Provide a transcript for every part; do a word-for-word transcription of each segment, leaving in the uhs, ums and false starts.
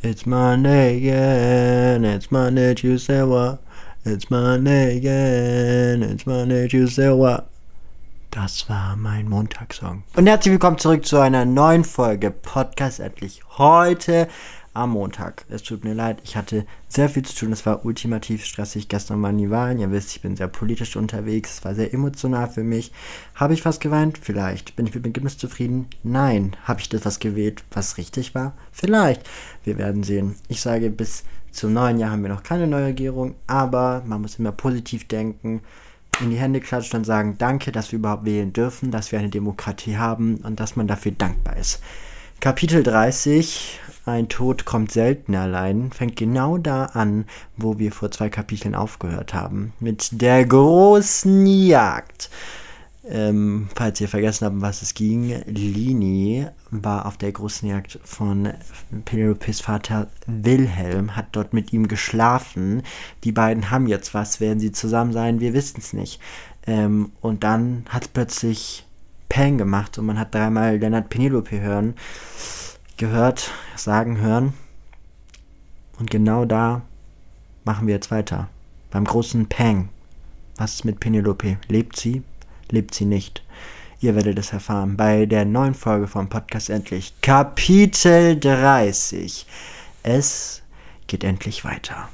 It's Monday again, it's Monday, Tuesday, what? It's Monday again, it's Monday, Tuesday, what? Das war mein Montagssong. Und herzlich willkommen zurück zu einer neuen Folge Podcast endlich heute am Montag. Es tut mir leid, ich hatte sehr viel zu tun, es war ultimativ stressig. Gestern waren die Wahlen, ihr wisst, ich bin sehr politisch unterwegs, es war sehr emotional für mich. Habe ich fast geweint? Vielleicht. Bin ich mit dem Ergebnis zufrieden? Nein. Habe ich das was gewählt, was richtig war? Vielleicht. Wir werden sehen. Ich sage, bis zum neuen Jahr haben wir noch keine neue Regierung, aber man muss immer positiv denken, in die Hände klatschen und sagen, danke, dass wir überhaupt wählen dürfen, dass wir eine Demokratie haben und dass man dafür dankbar ist. Kapitel dreißig, ein Tod kommt selten allein, fängt genau da an, wo wir vor zwei Kapiteln aufgehört haben, mit der großen Jagd. Ähm, falls ihr vergessen habt, um was es ging, Lini war auf der großen Jagd von Penelopes Vater Wilhelm, hat dort mit ihm geschlafen. Die beiden haben jetzt was, werden sie zusammen sein, wir wissen es nicht. Ähm, und dann hat es plötzlich Peng gemacht und man hat dreimal Lennart Penelope hören, gehört, sagen, hören. Und genau da machen wir jetzt weiter. Beim großen Peng. Was ist mit Penelope? Lebt sie? Lebt sie nicht? Ihr werdet es erfahren bei der neuen Folge vom Podcast endlich. Kapitel dreißig. Es geht endlich weiter.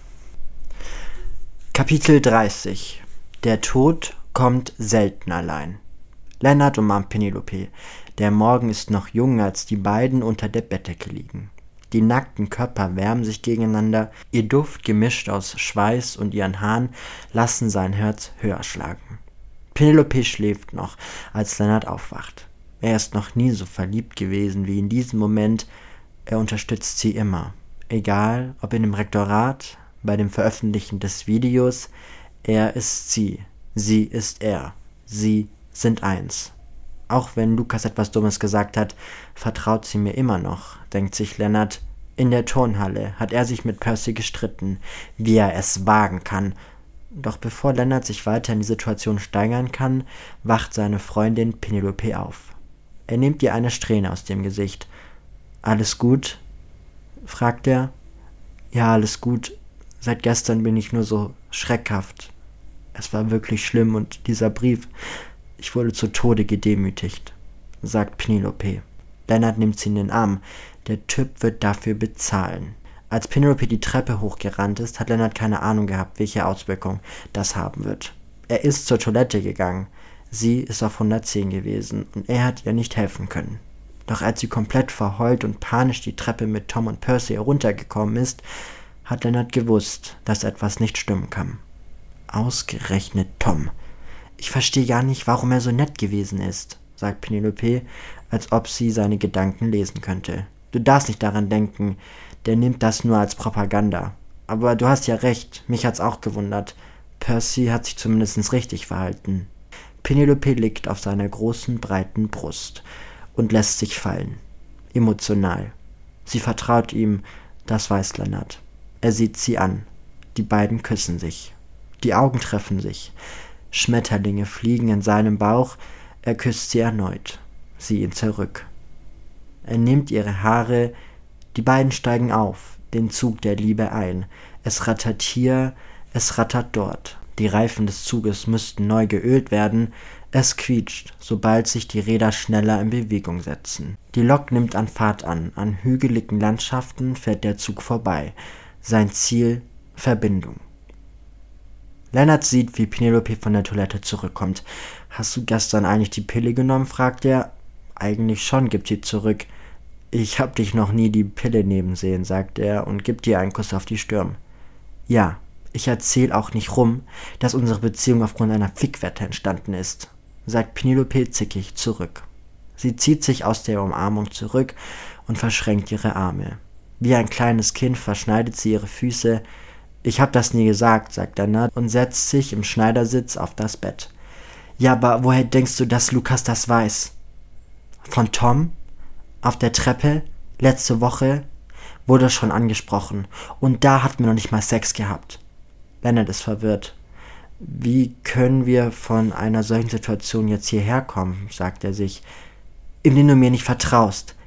Kapitel dreißig. Der Tod kommt selten allein. Lennart umarmt Penelope. Der Morgen ist noch jung, als die beiden unter der Bettdecke liegen. Die nackten Körper wärmen sich gegeneinander, ihr Duft gemischt aus Schweiß und ihren Haaren lassen sein Herz höher schlagen. Penelope schläft noch, als Lennart aufwacht. Er ist noch nie so verliebt gewesen wie in diesem Moment. Er unterstützt sie immer. Egal, ob in dem Rektorat, bei dem Veröffentlichen des Videos, er ist sie, sie ist er, sie sind eins. Auch wenn Lukas etwas Dummes gesagt hat, vertraut sie mir immer noch, denkt sich Lennart. In der Turnhalle hat er sich mit Percy gestritten, wie er es wagen kann. Doch bevor Lennart sich weiter in die Situation steigern kann, wacht seine Freundin Penelope auf. Er nimmt ihr eine Strähne aus dem Gesicht. »Alles gut?« fragt er. »Ja, alles gut. Seit gestern bin ich nur so schreckhaft. Es war wirklich schlimm und dieser Brief, ich wurde zu Tode gedemütigt«, sagt Penelope. Lennart nimmt sie in den Arm. Der Typ wird dafür bezahlen. Als Penelope die Treppe hochgerannt ist, hat Lennart keine Ahnung gehabt, welche Auswirkung das haben wird. Er ist zur Toilette gegangen. Sie ist auf hundertzehn gewesen und er hat ihr nicht helfen können. Doch als sie komplett verheult und panisch die Treppe mit Tom und Percy heruntergekommen ist, hat Lennart gewusst, dass etwas nicht stimmen kann. Ausgerechnet Tom. »Ich verstehe gar nicht, warum er so nett gewesen ist«, sagt Penelope, als ob sie seine Gedanken lesen könnte. »Du darfst nicht daran denken, der nimmt das nur als Propaganda. Aber du hast ja recht, mich hat's auch gewundert. Percy hat sich zumindest richtig verhalten.« Penelope liegt auf seiner großen, breiten Brust und lässt sich fallen. Emotional. Sie vertraut ihm, das weiß Lennart. Er sieht sie an. Die beiden küssen sich. Die Augen treffen sich. Schmetterlinge fliegen in seinem Bauch, er küsst sie erneut, sie ihn zurück. Er nimmt ihre Haare, die beiden steigen auf, den Zug der Liebe ein. Es rattert hier, es rattert dort. Die Reifen des Zuges müssten neu geölt werden, es quietscht, sobald sich die Räder schneller in Bewegung setzen. Die Lok nimmt an Fahrt an, an hügeligen Landschaften fährt der Zug vorbei. Sein Ziel, Verbindung. Lennart sieht, wie Penelope von der Toilette zurückkommt. »Hast du gestern eigentlich die Pille genommen?« fragt er. »Eigentlich schon«, gibt sie zurück. »Ich hab dich noch nie die Pille nehmen sehen«, sagt er und gibt ihr einen Kuss auf die Stirn. »Ja, ich erzähl auch nicht rum, dass unsere Beziehung aufgrund einer Fickwette entstanden ist«, sagt Penelope zickig zurück. Sie zieht sich aus der Umarmung zurück und verschränkt ihre Arme. Wie ein kleines Kind verschneidet sie ihre Füße. »Ich hab das nie gesagt«, sagt Lennart und setzt sich im Schneidersitz auf das Bett. »Ja, aber woher denkst du, dass Lukas das weiß?« »Von Tom? Auf der Treppe? Letzte Woche? Wurde schon angesprochen. Und da hatten wir noch nicht mal Sex gehabt.« Lennart ist verwirrt. »Wie können wir von einer solchen Situation jetzt hierher kommen?«, sagt er sich. »Indem du mir nicht vertraust.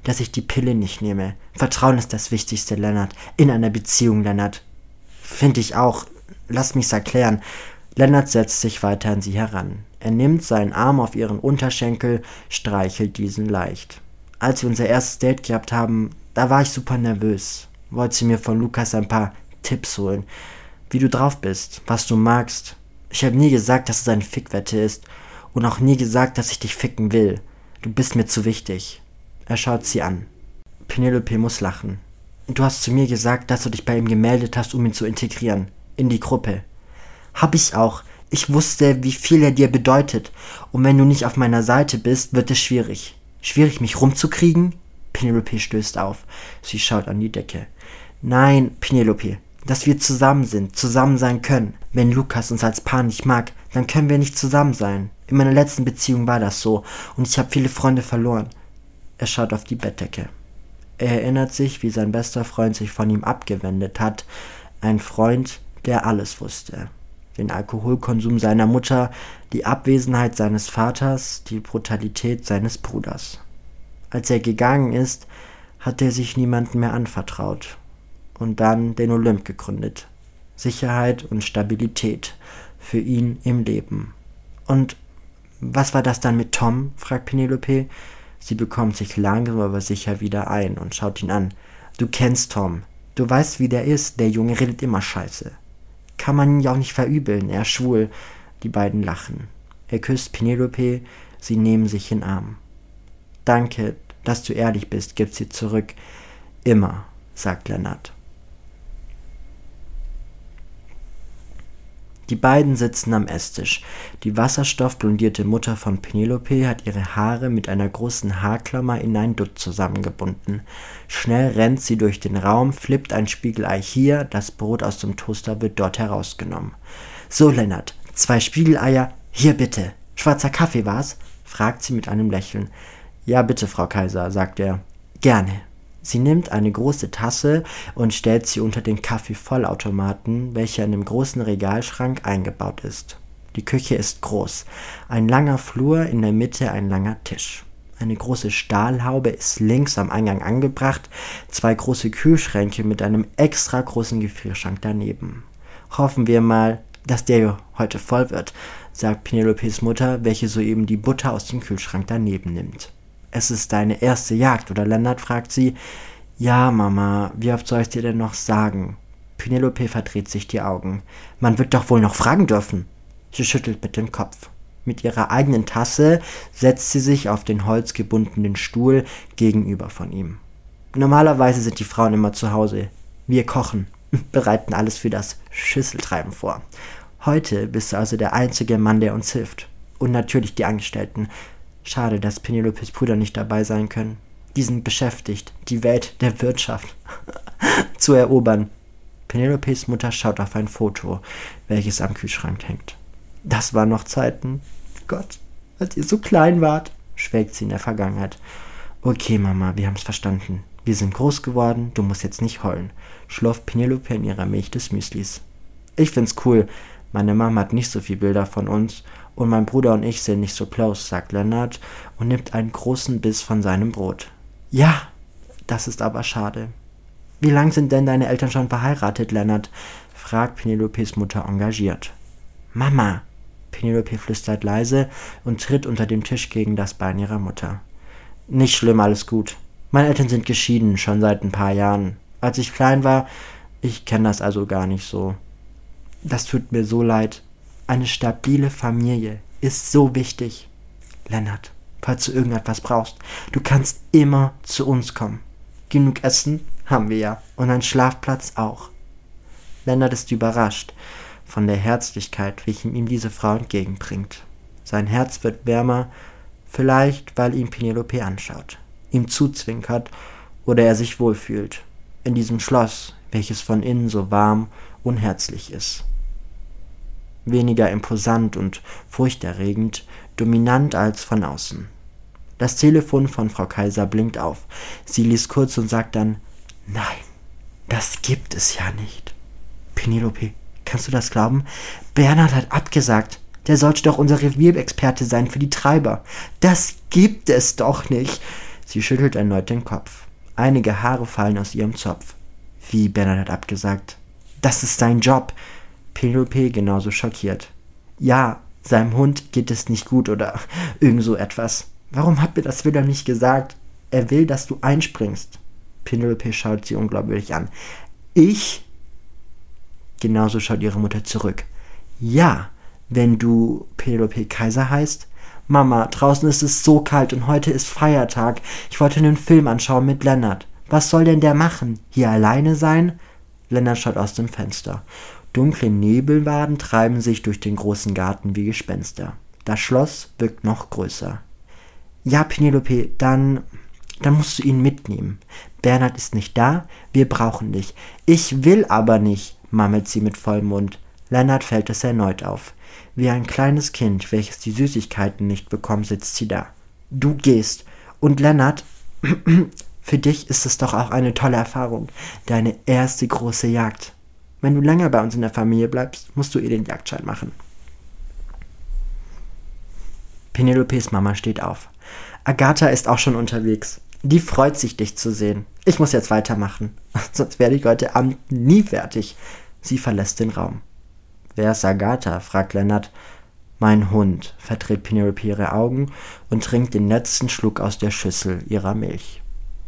dass ich die Pille nicht nehme. Vertrauen ist das Wichtigste, Lennart. In einer Beziehung, Lennart. Finde ich auch. Lass mich's erklären. Lennart setzt sich weiter an sie heran. Er nimmt seinen Arm auf ihren Unterschenkel, streichelt diesen leicht. Als wir unser erstes Date gehabt haben, da war ich super nervös. Wollte sie mir von Lukas ein paar Tipps holen. Wie du drauf bist, was du magst. Ich habe nie gesagt, dass es eine Fickwette ist. Und auch nie gesagt, dass ich dich ficken will. Du bist mir zu wichtig. Er schaut sie an. Penelope muss lachen. Du hast zu mir gesagt, dass du dich bei ihm gemeldet hast, um ihn zu integrieren. In die Gruppe. Hab ich auch. Ich wusste, wie viel er dir bedeutet. Und wenn du nicht auf meiner Seite bist, wird es schwierig. Schwierig, mich rumzukriegen? Penelope stößt auf. Sie schaut an die Decke. Nein, Penelope. Dass wir zusammen sind, zusammen sein können. Wenn Lukas uns als Paar nicht mag, dann können wir nicht zusammen sein. In meiner letzten Beziehung war das so. Und ich habe viele Freunde verloren. Er schaut auf die Bettdecke. Er erinnert sich, wie sein bester Freund sich von ihm abgewendet hat. Ein Freund, der alles wusste. Den Alkoholkonsum seiner Mutter, die Abwesenheit seines Vaters, die Brutalität seines Bruders. Als er gegangen ist, hat er sich niemandem mehr anvertraut. Und dann den Olymp gegründet. Sicherheit und Stabilität für ihn im Leben. Und was war das dann mit Tom? Fragt Penelope. Sie bekommt sich langsam aber sicher wieder ein und schaut ihn an. Du kennst Tom. Du weißt, wie der ist. Der Junge redet immer Scheiße. Kann man ihn ja auch nicht verübeln. Er ist schwul. Die beiden lachen. Er küsst Penelope. Sie nehmen sich in den Arm. Danke, dass du ehrlich bist, gibt sie zurück. Immer, sagt Lennart. Die beiden sitzen am Esstisch. Die wasserstoffblondierte Mutter von Penelope hat ihre Haare mit einer großen Haarklammer in ein Dutt zusammengebunden. Schnell rennt sie durch den Raum, flippt ein Spiegelei hier, das Brot aus dem Toaster wird dort herausgenommen. So, Lennart, zwei Spiegeleier, hier bitte. Schwarzer Kaffee war's? Fragt sie mit einem Lächeln. Ja, bitte, Frau Kaiser, sagt er. Gerne. Sie nimmt eine große Tasse und stellt sie unter den Kaffeevollautomaten, welcher in einem großen Regalschrank eingebaut ist. Die Küche ist groß. Ein langer Flur, in der Mitte ein langer Tisch. Eine große Stahlhaube ist links am Eingang angebracht, zwei große Kühlschränke mit einem extra großen Gefrierschrank daneben. Hoffen wir mal, dass der heute voll wird, sagt Penelopes Mutter, welche soeben die Butter aus dem Kühlschrank daneben nimmt. Es ist deine erste Jagd, oder Lennart, fragt sie. Ja, Mama, wie oft soll ich dir denn noch sagen? Penelope verdreht sich die Augen. Man wird doch wohl noch fragen dürfen. Sie schüttelt mit dem Kopf. Mit ihrer eigenen Tasse setzt sie sich auf den holzgebundenen Stuhl gegenüber von ihm. Normalerweise sind die Frauen immer zu Hause. Wir kochen, bereiten alles für das Schüsseltreiben vor. Heute bist du also der einzige Mann, der uns hilft. Und natürlich die Angestellten. Schade, dass Penelopes Brüder nicht dabei sein können. Die sind beschäftigt, die Welt der Wirtschaft zu erobern. Penelopes Mutter schaut auf ein Foto, welches am Kühlschrank hängt. Das waren noch Zeiten. Gott, als ihr so klein wart, schwelgt sie in der Vergangenheit. Okay, Mama, wir haben's verstanden. Wir sind groß geworden, du musst jetzt nicht heulen, schlurft Penelope in ihrer Milch des Müslis. Ich find's cool. Meine Mama hat nicht so viele Bilder von uns und mein Bruder und ich sind nicht so close, sagt Lennart und nimmt einen großen Biss von seinem Brot. Ja, das ist aber schade. Wie lang sind denn deine Eltern schon verheiratet, Lennart? Fragt Penelopes Mutter engagiert. Mama! Penelope flüstert leise und tritt unter dem Tisch gegen das Bein ihrer Mutter. Nicht schlimm, alles gut. Meine Eltern sind geschieden, schon seit ein paar Jahren. Als ich klein war, ich kenne das also gar nicht so. Das tut mir so leid. Eine stabile Familie ist so wichtig. Lennart, falls du irgendetwas brauchst, du kannst immer zu uns kommen. Genug Essen haben wir ja und einen Schlafplatz auch. Lennart ist überrascht von der Herzlichkeit, welche ihm diese Frau entgegenbringt. Sein Herz wird wärmer, vielleicht weil ihn Penelope anschaut, ihm zuzwinkert oder er sich wohlfühlt. In diesem Schloss, welches von innen so warm und herzlich ist. Weniger imposant und furchterregend, dominant als von außen. Das Telefon von Frau Kaiser blinkt auf. Sie liest kurz und sagt dann, nein, das gibt es ja nicht. Penelope, kannst du das glauben? Bernhard hat abgesagt. Der sollte doch unser Revierexperte sein für die Treiber. Das gibt es doch nicht. Sie schüttelt erneut den Kopf. Einige Haare fallen aus ihrem Zopf. Wie, Bernhard hat abgesagt. Das ist sein Job. Penelope genauso schockiert. Ja, seinem Hund geht es nicht gut oder irgend so etwas. Warum habt ihr das wieder nicht gesagt? Er will, dass du einspringst. Penelope schaut sie unglaubwürdig an. Ich? Genauso schaut ihre Mutter zurück. Ja, wenn du Penelope Kaiser heißt? Mama, draußen ist es so kalt und heute ist Feiertag. Ich wollte einen Film anschauen mit Lennart. Was soll denn der machen? Hier alleine sein? Lennart schaut aus dem Fenster. Dunkle Nebelwaden treiben sich durch den großen Garten wie Gespenster. Das Schloss wirkt noch größer. Ja, Penelope, dann, dann musst du ihn mitnehmen. Bernhard ist nicht da, wir brauchen dich. Ich will aber nicht, mammelt sie mit vollem Mund. Lennart fällt es erneut auf. Wie ein kleines Kind, welches die Süßigkeiten nicht bekommt, sitzt sie da. Du gehst. Und Lennart, für dich ist es doch auch eine tolle Erfahrung. Deine erste große Jagd. Wenn du länger bei uns in der Familie bleibst, musst du ihr den Jagdschein machen. Penelopes Mama steht auf. Agatha ist auch schon unterwegs. Die freut sich, dich zu sehen. Ich muss jetzt weitermachen, sonst werde ich heute Abend nie fertig. Sie verlässt den Raum. Wer ist Agatha? Fragt Lennart. Mein Hund, verdreht Penelope ihre Augen und trinkt den letzten Schluck aus der Schüssel ihrer Milch.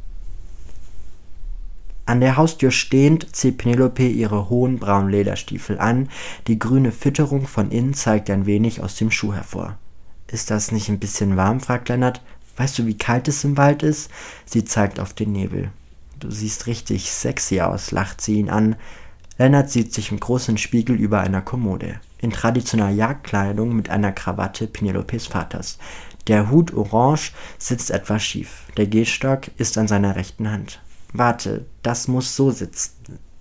An der Haustür stehend zieht Penelope ihre hohen braunen Lederstiefel an. Die grüne Fütterung von innen zeigt ein wenig aus dem Schuh hervor. Ist das nicht ein bisschen warm? Fragt Lennart. Weißt du, wie kalt es im Wald ist? Sie zeigt auf den Nebel. Du siehst richtig sexy aus, lacht sie ihn an. Lennart sieht sich im großen Spiegel über einer Kommode. In traditioneller Jagdkleidung mit einer Krawatte Penelopes Vaters. Der Hut orange sitzt etwas schief. Der Gehstock ist an seiner rechten Hand. Warte, das muss so sitzen,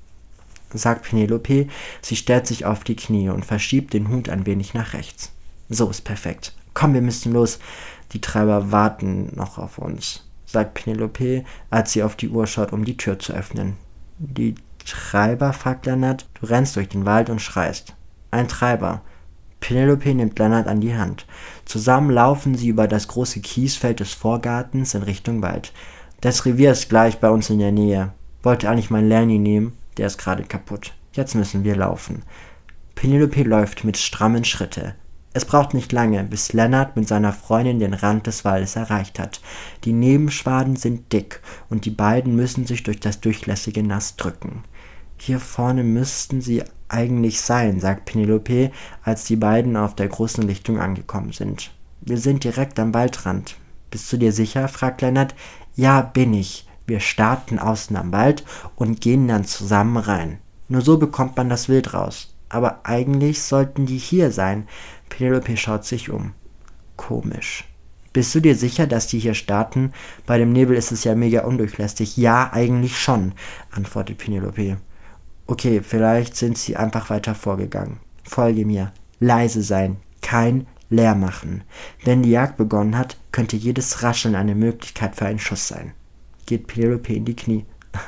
sagt Penelope. Sie stellt sich auf die Knie und verschiebt den Hut ein wenig nach rechts. So ist perfekt. Komm, wir müssen los. Die Treiber warten noch auf uns, sagt Penelope, als sie auf die Uhr schaut, um die Tür zu öffnen. Die Treiber, fragt Lennart. Du rennst durch den Wald und schreist. Ein Treiber. Penelope nimmt Lennart an die Hand. Zusammen laufen sie über das große Kiesfeld des Vorgartens in Richtung Wald. Das Revier ist gleich bei uns in der Nähe. Wollte eigentlich meinen Lerni nehmen, der ist gerade kaputt. Jetzt müssen wir laufen. Penelope läuft mit strammen Schritte. Es braucht nicht lange, bis Lennart mit seiner Freundin den Rand des Waldes erreicht hat. Die Nebenschwaden sind dick und die beiden müssen sich durch das durchlässige Nass drücken. Hier vorne müssten sie eigentlich sein, sagt Penelope, als die beiden auf der großen Lichtung angekommen sind. Wir sind direkt am Waldrand. Bist du dir sicher? Fragt Lennart. Ja, bin ich. Wir starten außen am Wald und gehen dann zusammen rein. Nur so bekommt man das Wild raus. Aber eigentlich sollten die hier sein. Penelope schaut sich um. Komisch. Bist du dir sicher, dass die hier starten? Bei dem Nebel ist es ja mega undurchlässig. Ja, eigentlich schon, antwortet Penelope. Okay, vielleicht sind sie einfach weiter vorgegangen. Folge mir. Leise sein. Kein Lärm machen. Wenn die Jagd begonnen hat, könnte jedes Rascheln eine Möglichkeit für einen Schuss sein. Geht Penelope in die Knie.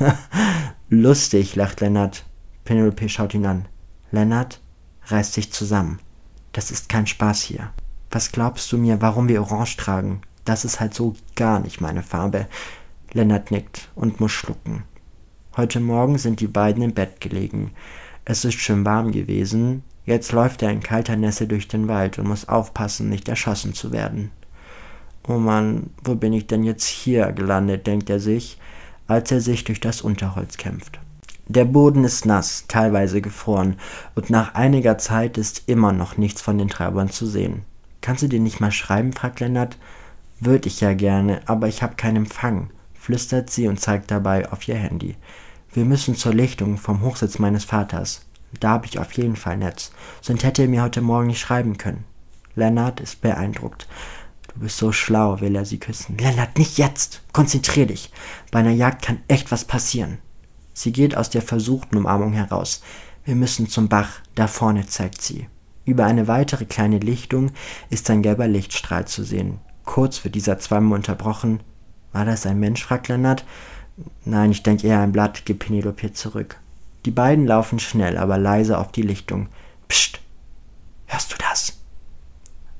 Lustig, lacht Lennart. Penelope schaut ihn an. Lennart reißt sich zusammen. Das ist kein Spaß hier. Was glaubst du mir, warum wir Orange tragen? Das ist halt so gar nicht meine Farbe. Lennart nickt und muss schlucken. Heute Morgen sind die beiden im Bett gelegen. Es ist schön warm gewesen. Jetzt läuft er in kalter Nässe durch den Wald und muss aufpassen, nicht erschossen zu werden. Oh Mann, wo bin ich denn jetzt hier gelandet, denkt er sich, als er sich durch das Unterholz kämpft. Der Boden ist nass, teilweise gefroren, und nach einiger Zeit ist immer noch nichts von den Treibern zu sehen. Kannst du dir nicht mal schreiben, fragt Lennart. Würde ich ja gerne, aber ich habe keinen Empfang, flüstert sie und zeigt dabei auf ihr Handy. Wir müssen zur Lichtung vom Hochsitz meines Vaters. Da habe ich auf jeden Fall Netz, sonst hätte er mir heute Morgen nicht schreiben können. Lennart ist beeindruckt. Du bist so schlau, will er sie küssen. Lennart, nicht jetzt! Konzentrier dich! Bei einer Jagd kann echt was passieren. Sie geht aus der versuchten Umarmung heraus. Wir müssen zum Bach, da vorne, zeigt sie. Über eine weitere kleine Lichtung ist ein gelber Lichtstrahl zu sehen. Kurz wird dieser zweimal unterbrochen. War das ein Mensch, fragt Lennart. Nein, ich denke eher ein Blatt, gibt Penelope zurück. Die beiden laufen schnell, aber leise auf die Lichtung. Psst, hörst du das?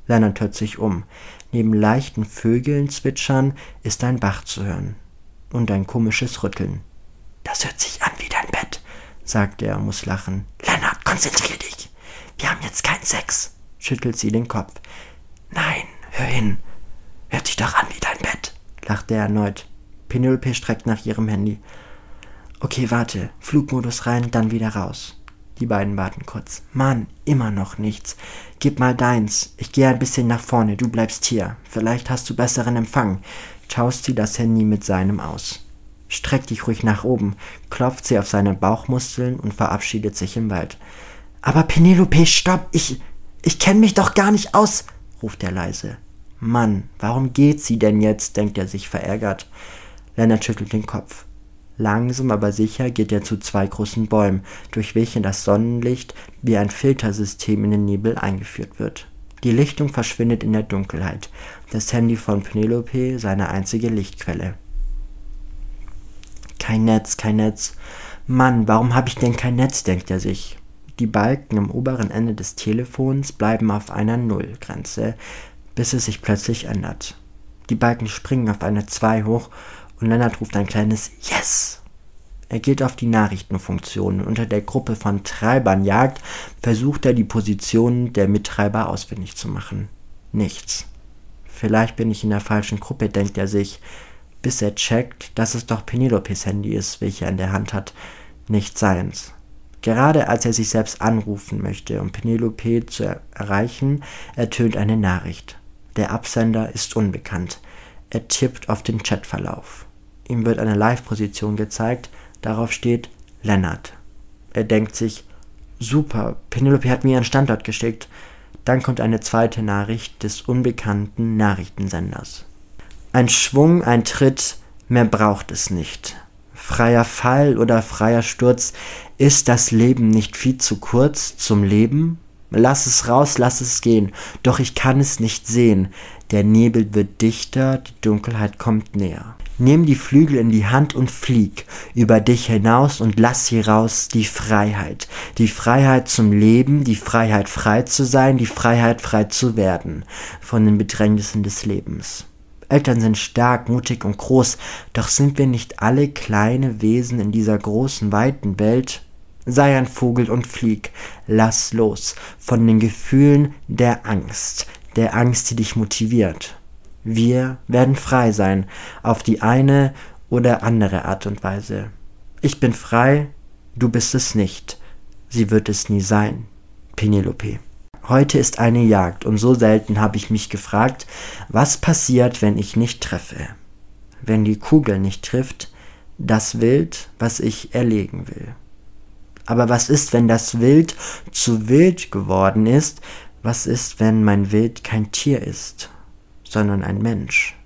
Lennart hört sich um. Neben leichten Vögeln zwitschern ist ein Bach zu hören. Und ein komisches Rütteln. »Das hört sich an wie dein Bett«, sagt er und muss lachen. »Lennart, konzentrier dich. Wir haben jetzt keinen Sex«, schüttelt sie den Kopf. »Nein, hör hin. Hört sich doch an wie dein Bett«, lacht er erneut. Penelope streckt nach ihrem Handy. »Okay, warte. Flugmodus rein, dann wieder raus.« Die beiden warten kurz. »Mann, immer noch nichts. Gib mal deins. Ich gehe ein bisschen nach vorne, du bleibst hier. Vielleicht hast du besseren Empfang«, tauscht sie das Handy mit seinem aus. »Streck dich ruhig nach oben«, klopft sie auf seine Bauchmuskeln und verabschiedet sich im Wald. »Aber Penelope, stopp! Ich, ich kenne mich doch gar nicht aus«, ruft er leise. »Mann, warum geht sie denn jetzt?«, denkt er sich verärgert. Lennart schüttelt den Kopf. Langsam aber sicher geht er zu zwei großen Bäumen, durch welche das Sonnenlicht wie ein Filtersystem in den Nebel eingeführt wird. Die Lichtung verschwindet in der Dunkelheit. Das Handy von Penelope seine einzige Lichtquelle. Kein Netz, kein Netz. Mann, warum habe ich denn kein Netz, denkt er sich. Die Balken am oberen Ende des Telefons bleiben auf einer Nullgrenze, bis es sich plötzlich ändert. Die Balken springen auf eine zwei hoch und Lennart ruft ein kleines Yes. Er geht auf die Nachrichtenfunktion und unter der Gruppe von Treibern jagt, versucht er die Positionen der Mittreiber ausfindig zu machen. Nichts. Vielleicht bin ich in der falschen Gruppe, denkt er sich, bis er checkt, dass es doch Penelopes Handy ist, welche er in der Hand hat, nicht seins. Gerade als er sich selbst anrufen möchte, um Penelope zu er- erreichen, ertönt eine Nachricht. Der Absender ist unbekannt. Er tippt auf den Chatverlauf. Ihm wird eine Live-Position gezeigt, darauf steht Lennart. Er denkt sich, super, Penelope hat mir ihren Standort geschickt. Dann kommt eine zweite Nachricht des unbekannten Nachrichtensenders. Ein Schwung, ein Tritt, mehr braucht es nicht. Freier Fall oder freier Sturz, ist das Leben nicht viel zu kurz zum Leben? Lass es raus, lass es gehen, doch ich kann es nicht sehen. Der Nebel wird dichter, die Dunkelheit kommt näher. Nimm die Flügel in die Hand und flieg über dich hinaus und lass hier raus die Freiheit. Die Freiheit zum Leben, die Freiheit frei zu sein, die Freiheit frei zu werden von den Bedrängnissen des Lebens. Eltern sind stark, mutig und groß, doch sind wir nicht alle kleine Wesen in dieser großen, weiten Welt? Sei ein Vogel und flieg, lass los von den Gefühlen der Angst, der Angst, die dich motiviert. Wir werden frei sein, auf die eine oder andere Art und Weise. Ich bin frei, du bist es nicht. Sie wird es nie sein. Penelope. Heute ist eine Jagd und so selten habe ich mich gefragt, was passiert, wenn ich nicht treffe? Wenn die Kugel nicht trifft, das Wild, was ich erlegen will. Aber was ist, wenn das Wild zu wild geworden ist? Was ist, wenn mein Wild kein Tier ist, sondern ein Mensch?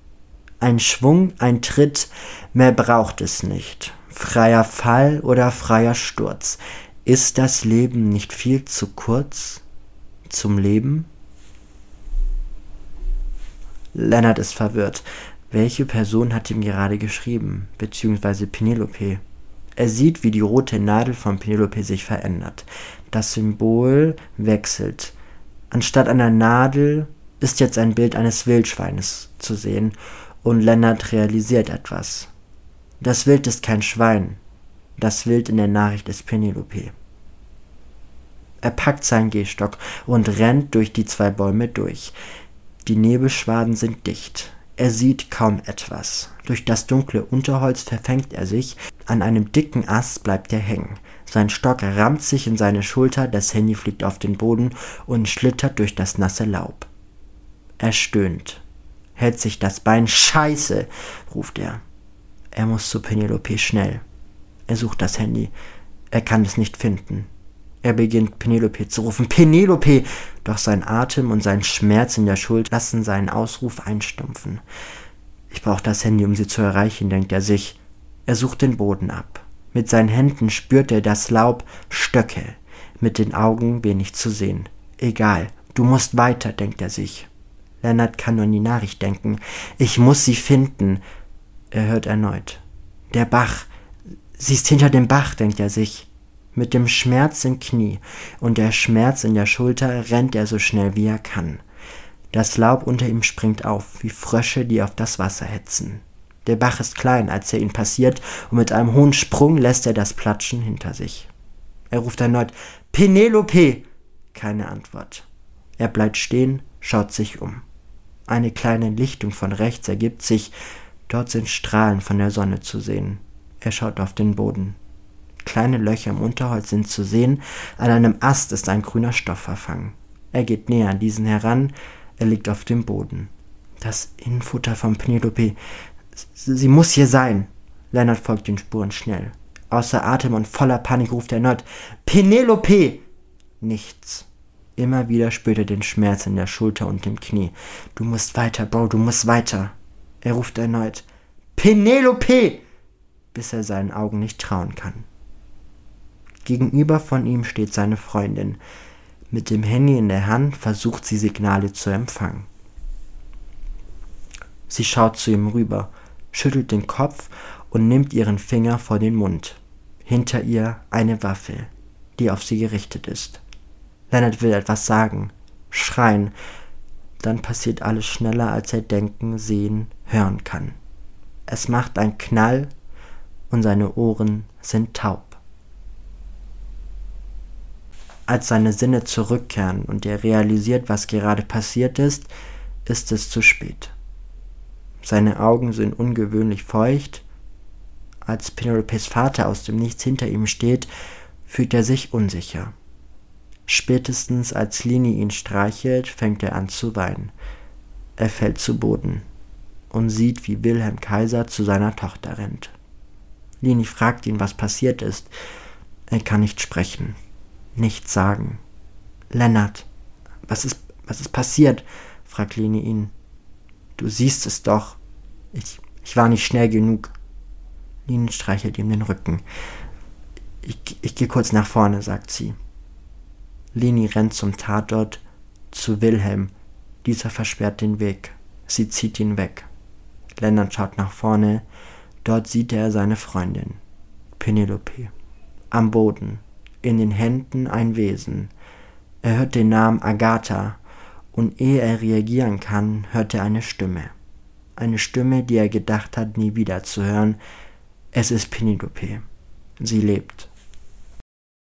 Ein Schwung, ein Tritt, mehr braucht es nicht. Freier Fall oder freier Sturz. Ist das Leben nicht viel zu kurz zum Leben? Lennart ist verwirrt. Welche Person hat ihm gerade geschrieben, beziehungsweise Penelope? Er sieht, wie die rote Nadel von Penelope sich verändert. Das Symbol wechselt. Anstatt einer Nadel ist jetzt ein Bild eines Wildschweines zu sehen und Lennart realisiert etwas. Das Wild ist kein Schwein. Das Wild in der Nachricht ist Penelope. Er packt seinen Gehstock und rennt durch die zwei Bäume durch. Die Nebelschwaden sind dicht. Er sieht kaum etwas. Durch das dunkle Unterholz verfängt er sich. An einem dicken Ast bleibt er hängen. Sein Stock rammt sich in seine Schulter, das Handy fliegt auf den Boden und schlittert durch das nasse Laub. Er stöhnt, hält sich das Bein. »Scheiße«, ruft er. Er muss zu Penelope schnell. Er sucht das Handy. Er kann es nicht finden. Er beginnt Penelope zu rufen. »Penelope!« Doch sein Atem und sein Schmerz in der Schulter lassen seinen Ausruf einstumpfen. »Ich brauche das Handy, um sie zu erreichen«, denkt er sich. Er sucht den Boden ab. Mit seinen Händen spürt er das Laub, Stöcke. Mit den Augen wenig zu sehen. »Egal, du musst weiter«, denkt er sich. Lennart kann nur an die Nachricht denken. »Ich muss sie finden.« Er hört erneut. »Der Bach. Sie ist hinter dem Bach«, denkt er sich. Mit dem Schmerz im Knie und der Schmerz in der Schulter rennt er so schnell wie er kann. Das Laub unter ihm springt auf, wie Frösche, die auf das Wasser hetzen. Der Bach ist klein, als er ihn passiert, und mit einem hohen Sprung lässt er das Platschen hinter sich. Er ruft erneut, »Penelope!« Keine Antwort. Er bleibt stehen, schaut sich um. Eine kleine Lichtung von rechts ergibt sich, dort sind Strahlen von der Sonne zu sehen. Er schaut auf den Boden. Kleine Löcher im Unterholz sind zu sehen, an einem Ast ist ein grüner Stoff verfangen. Er geht näher an diesen heran, er liegt auf dem Boden. Das Innenfutter von Penelope, sie muss hier sein. Lennart folgt den Spuren schnell. Außer Atem und voller Panik ruft er erneut, »Penelope!« Nichts. Immer wieder spürt er den Schmerz in der Schulter und dem Knie. »Du musst weiter, Bro, du musst weiter.« Er ruft erneut, »Penelope!«, bis er seinen Augen nicht trauen kann. Gegenüber von ihm steht seine Freundin. Mit dem Handy in der Hand versucht sie Signale zu empfangen. Sie schaut zu ihm rüber, schüttelt den Kopf und nimmt ihren Finger vor den Mund. Hinter ihr eine Waffe, die auf sie gerichtet ist. Lennart will etwas sagen, schreien. Dann passiert alles schneller, als er denken, sehen, hören kann. Es macht einen Knall und seine Ohren sind taub. Als seine Sinne zurückkehren und er realisiert, was gerade passiert ist, ist es zu spät. Seine Augen sind ungewöhnlich feucht. Als Penelopes Vater aus dem Nichts hinter ihm steht, fühlt er sich unsicher. Spätestens als Lini ihn streichelt, fängt er an zu weinen. Er fällt zu Boden und sieht, wie Wilhelm Kaiser zu seiner Tochter rennt. Lini fragt ihn, was passiert ist. Er kann nicht sprechen, nichts sagen. »Lennart, was ist, was ist passiert?« fragt Lini ihn. »Du siehst es doch. Ich, ich war nicht schnell genug.« Lini streichelt ihm den Rücken. Ich, ich gehe kurz nach vorne, sagt sie. Lini rennt zum Tatort, zu Wilhelm. Dieser versperrt den Weg. Sie zieht ihn weg. Lennart schaut nach vorne. Dort sieht er seine Freundin, Penelope. Am Boden, in den Händen ein Wesen. Er hört den Namen Agatha, und ehe er reagieren kann, hört er eine Stimme. Eine Stimme, die er gedacht hat, nie wieder zu hören. Es ist Penelope. Sie lebt.